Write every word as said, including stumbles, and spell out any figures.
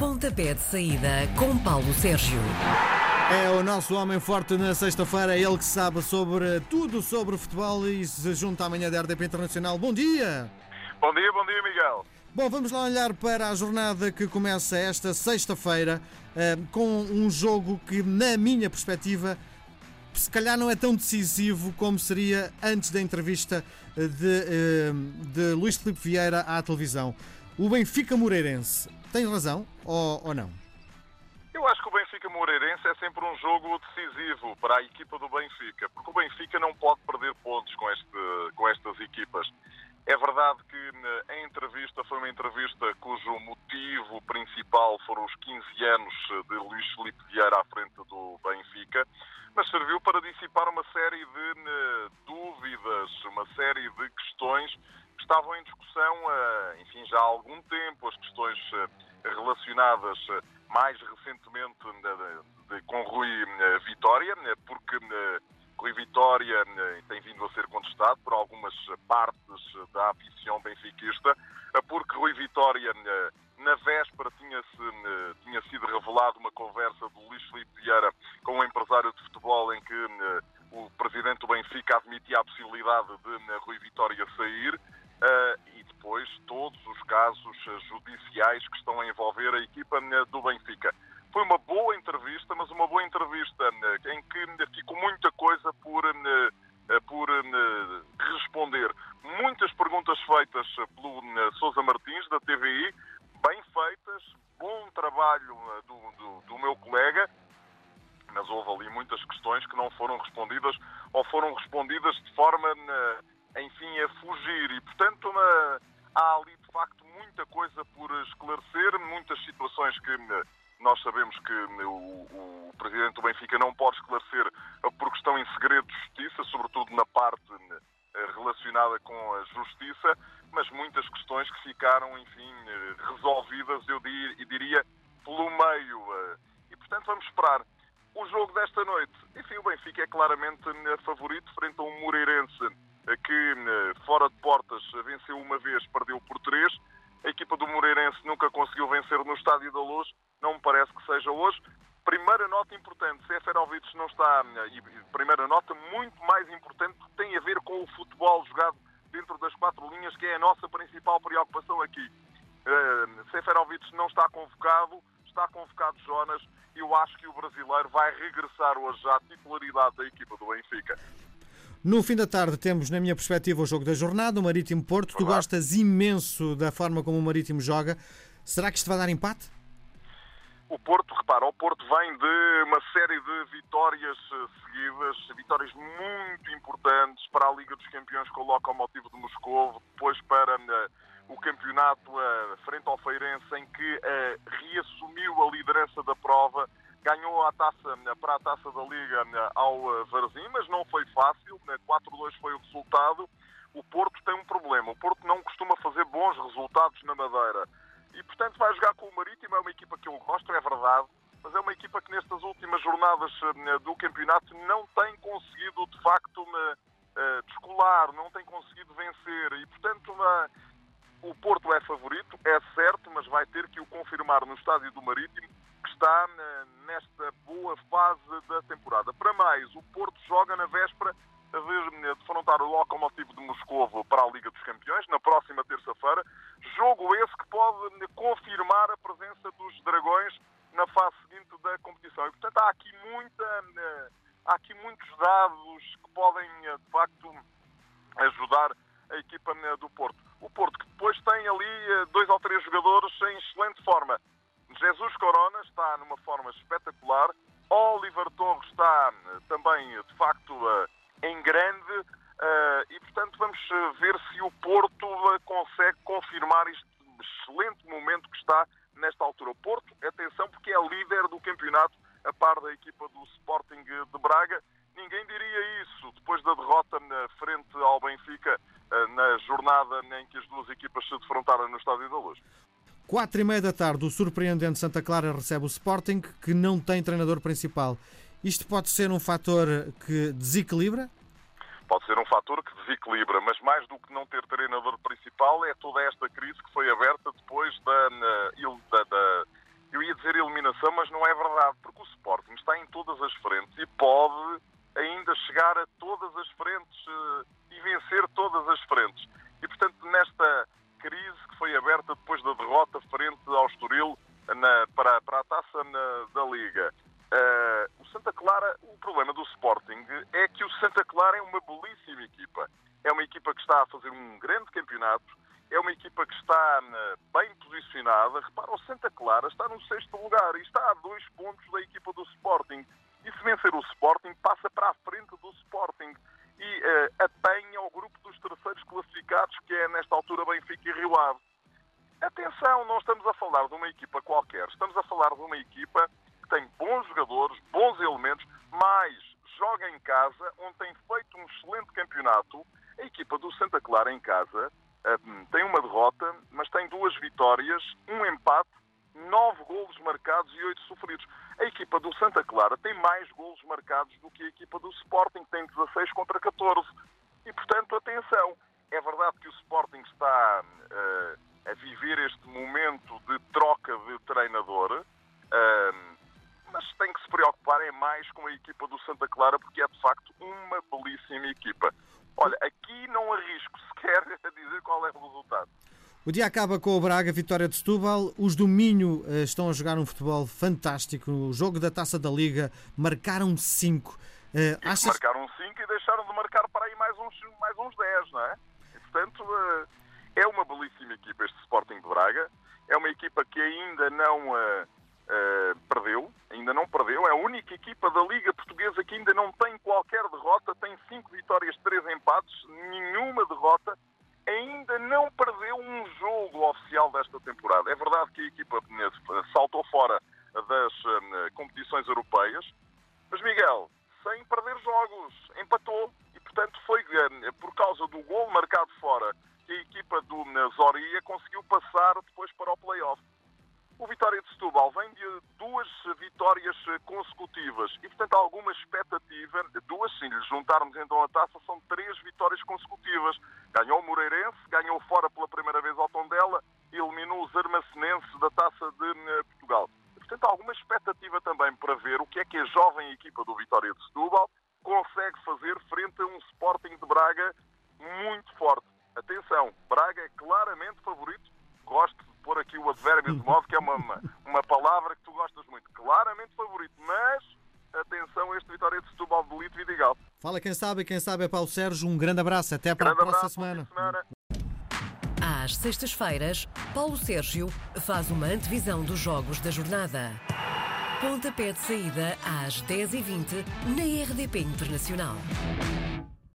Pontapé de saída com Paulo Sérgio. É o nosso homem forte na sexta-feira, ele que sabe sobre tudo sobre futebol e se junta amanhã da R D P Internacional. Bom dia! Bom dia, bom dia, Miguel. Bom, vamos lá olhar para a jornada que começa esta sexta-feira eh, com um jogo que, na minha perspectiva, se calhar não é tão decisivo como seria antes da entrevista de, eh, de Luís Filipe Vieira à televisão. O Benfica Moreirense tem razão ou, ou não? Eu acho que o Benfica Moreirense é sempre um jogo decisivo para a equipa do Benfica, porque o Benfica não pode perder pontos com, este, com estas equipas. É verdade que a entrevista foi uma entrevista cujo motivo principal foram os quinze anos de Luís Filipe Vieira à frente do Benfica, mas serviu para dissipar uma série de dúvidas, uma série de questões que estavam em discussão, enfim, já há algum tempo, as questões relacionadas mais recentemente de, de, com Rui Vitória, porque Rui Vitória tem vindo a ser contestado por algumas partes da afição benfiquista, porque Rui Vitória, na véspera, tinha-se, tinha sido revelado uma conversa do Luís Filipe Vieira com um empresário de futebol em que o presidente do Benfica admitia a possibilidade de Rui Vitória sair. Uh, e depois todos os casos judiciais que estão a envolver a equipa uh, do Benfica. Foi uma boa entrevista, mas uma boa entrevista uh, em que uh, ficou muita coisa por, uh, uh, por uh, responder. Muitas perguntas feitas pelo uh, Sousa Martins, da T V I, bem feitas, bom trabalho uh, do, do, do meu colega, mas houve ali muitas questões que não foram respondidas ou foram respondidas de forma... Uh, enfim, a fugir. E, portanto, uma, há ali, de facto, muita coisa por esclarecer, muitas situações que nós sabemos que o, o Presidente do Benfica não pode esclarecer porque estão em segredo de justiça, sobretudo na parte relacionada com a justiça, mas muitas questões que ficaram, enfim, resolvidas, eu diria, pelo meio. E, portanto, vamos esperar. O jogo desta noite, enfim, o Benfica é claramente favorito frente a um Moreirense que fora de portas venceu uma vez, perdeu por três. A equipa do Moreirense nunca conseguiu vencer no Estádio da Luz, não me parece que seja hoje. Primeira nota importante, Seferovic não está, e primeira nota muito mais importante, que tem a ver com o futebol jogado dentro das quatro linhas, que é a nossa principal preocupação aqui. Uh, Seferovic não está convocado, está convocado Jonas, e eu acho que o brasileiro vai regressar hoje à titularidade da equipa do Benfica. No fim da tarde temos, na minha perspectiva, o jogo da jornada, o Marítimo Porto. Tu gostas imenso da forma como o Marítimo joga. Será que isto vai dar empate? O Porto, repara, o Porto vem de uma série de vitórias seguidas, vitórias muito importantes para a Liga dos Campeões com o Lokomotiv de Moscovo, depois para uh, o campeonato uh, frente ao Feirense, em que uh, reassumiu a liderança da prova. Ganhou a taça, para a Taça da Liga ao Varzim, mas não foi fácil, quatro a dois foi o resultado. O Porto tem um problema, o Porto não costuma fazer bons resultados na Madeira e, portanto, vai jogar com o Marítimo. É uma equipa que eu gosto, é verdade, mas é uma equipa que nestas últimas jornadas do campeonato não tem conseguido, de facto, descolar, não tem conseguido vencer e, portanto, o Porto é favorito, é certo, mas vai ter que o confirmar no Estádio do Marítimo, que está nesta boa fase da temporada. Para mais, o Porto joga na véspera de defrontar o Lokomotiv de Moscovo para a Liga dos Campeões, na próxima terça-feira. Jogo esse que pode confirmar a presença dos Dragões na fase seguinte da competição. E, portanto, há aqui, muita, há aqui muitos dados que podem, de facto, ajudar a equipa do Porto. O Porto que depois tem ali dois ou três jogadores em excelente forma. Jesus Corona está numa forma espetacular. Oliver Torres está também, de facto, em grande. E, portanto, vamos ver se o Porto consegue confirmar este excelente momento que está nesta altura. O Porto, atenção, porque é líder do campeonato, a par da equipa do Sporting de Braga. Ninguém diria isso depois da derrota frente ao Benfica na jornada em que as duas equipas se defrontaram no Estádio da Luz. Quatro e meia da tarde, o surpreendente Santa Clara recebe o Sporting, que não tem treinador principal. Isto pode ser um fator que desequilibra? Pode ser um fator que desequilibra, mas mais do que não ter treinador principal é toda esta crise que foi aberta depois da, da, da eu todas as frentes e pode ainda chegar a todas as frentes e vencer todas as frentes. E, portanto, nesta crise que foi aberta depois da derrota frente ao Estoril na, para, para a taça na, da Liga, uh, o Santa Clara, o problema do Sporting é que o Santa Clara é uma belíssima equipa. É uma equipa que está a fazer um grande campeonato, é uma equipa que está uh, bem posicionada. Repara, o Santa Clara está no sexto lugar e está a dois pontos da equipa do Sporting. E se vencer o Sporting, passa para a frente do Sporting e uh, apanha o grupo dos terceiros classificados, que é, nesta altura, Benfica e Rio Ave. Atenção, não estamos a falar de uma equipa qualquer. Estamos a falar de uma equipa que tem bons jogadores, bons elementos, mas joga em casa, onde tem feito um excelente campeonato. A equipa do Santa Clara em casa uh, tem uma derrota, mas tem duas vitórias, um empate, nove golos marcados e oito sofridos. A equipa do Santa Clara tem mais golos marcados do que a equipa do Sporting, que tem dezasseis contra catorze. E, portanto, atenção, é verdade que o Sporting está uh, a viver este momento de troca de treinador, uh, mas tem que se preocupar é mais com a equipa do Santa Clara, porque é, de facto, uma belíssima equipa. Olha, aqui não arrisco sequer a dizer qual é o resultado. O dia acaba com o Braga, vitória de Setúbal. Os do Minho uh, estão a jogar um futebol fantástico. No jogo da Taça da Liga marcaram cinco. Uh, achas... Marcaram cinco e deixaram de marcar para aí mais uns, mais uns dez, não é? E, portanto, uh, é uma belíssima equipa este Sporting de Braga. É uma equipa que ainda não uh, uh, perdeu. Ainda não perdeu. É a única equipa da Liga Portuguesa que ainda não tem qualquer derrota. Tem cinco vitórias, três empates, nenhuma derrota. Ainda não perdeu um jogo oficial desta temporada. É verdade que a equipa saltou fora das uh, competições europeias, mas, Miguel, sem perder jogos, empatou. E, portanto, foi uh, por causa do gol marcado fora que a equipa do uh, Zoria conseguiu passar depois para o play-off. O Vitória de Setúbal vem de duas vitórias consecutivas e, portanto, há alguma expectativa. Duas, se lhe juntarmos então a taça, são três vitórias consecutivas. Ganhou o Moreirense, ganhou fora pela primeira vez ao Tondela e eliminou os armacenenses da Taça de Portugal. E, portanto, há alguma expectativa também para ver o que é que a jovem equipa do Vitória de Setúbal consegue fazer frente a um Sporting de Braga muito forte. Atenção, Braga é claramente favorito. Gosto de pôr aqui o advérbio de modo, que é uma, uma, uma palavra que tu gostas muito. Claramente favorito, mas atenção a este Vitória de Setúbal de Lito Vidigal. Fala quem sabe, quem sabe é Paulo Sérgio. Um grande abraço, até para grande a próxima abraço, semana. semana. Às sextas-feiras, Paulo Sérgio faz uma antevisão dos jogos da jornada. Pontapé de saída às dez e vinte na R D P Internacional.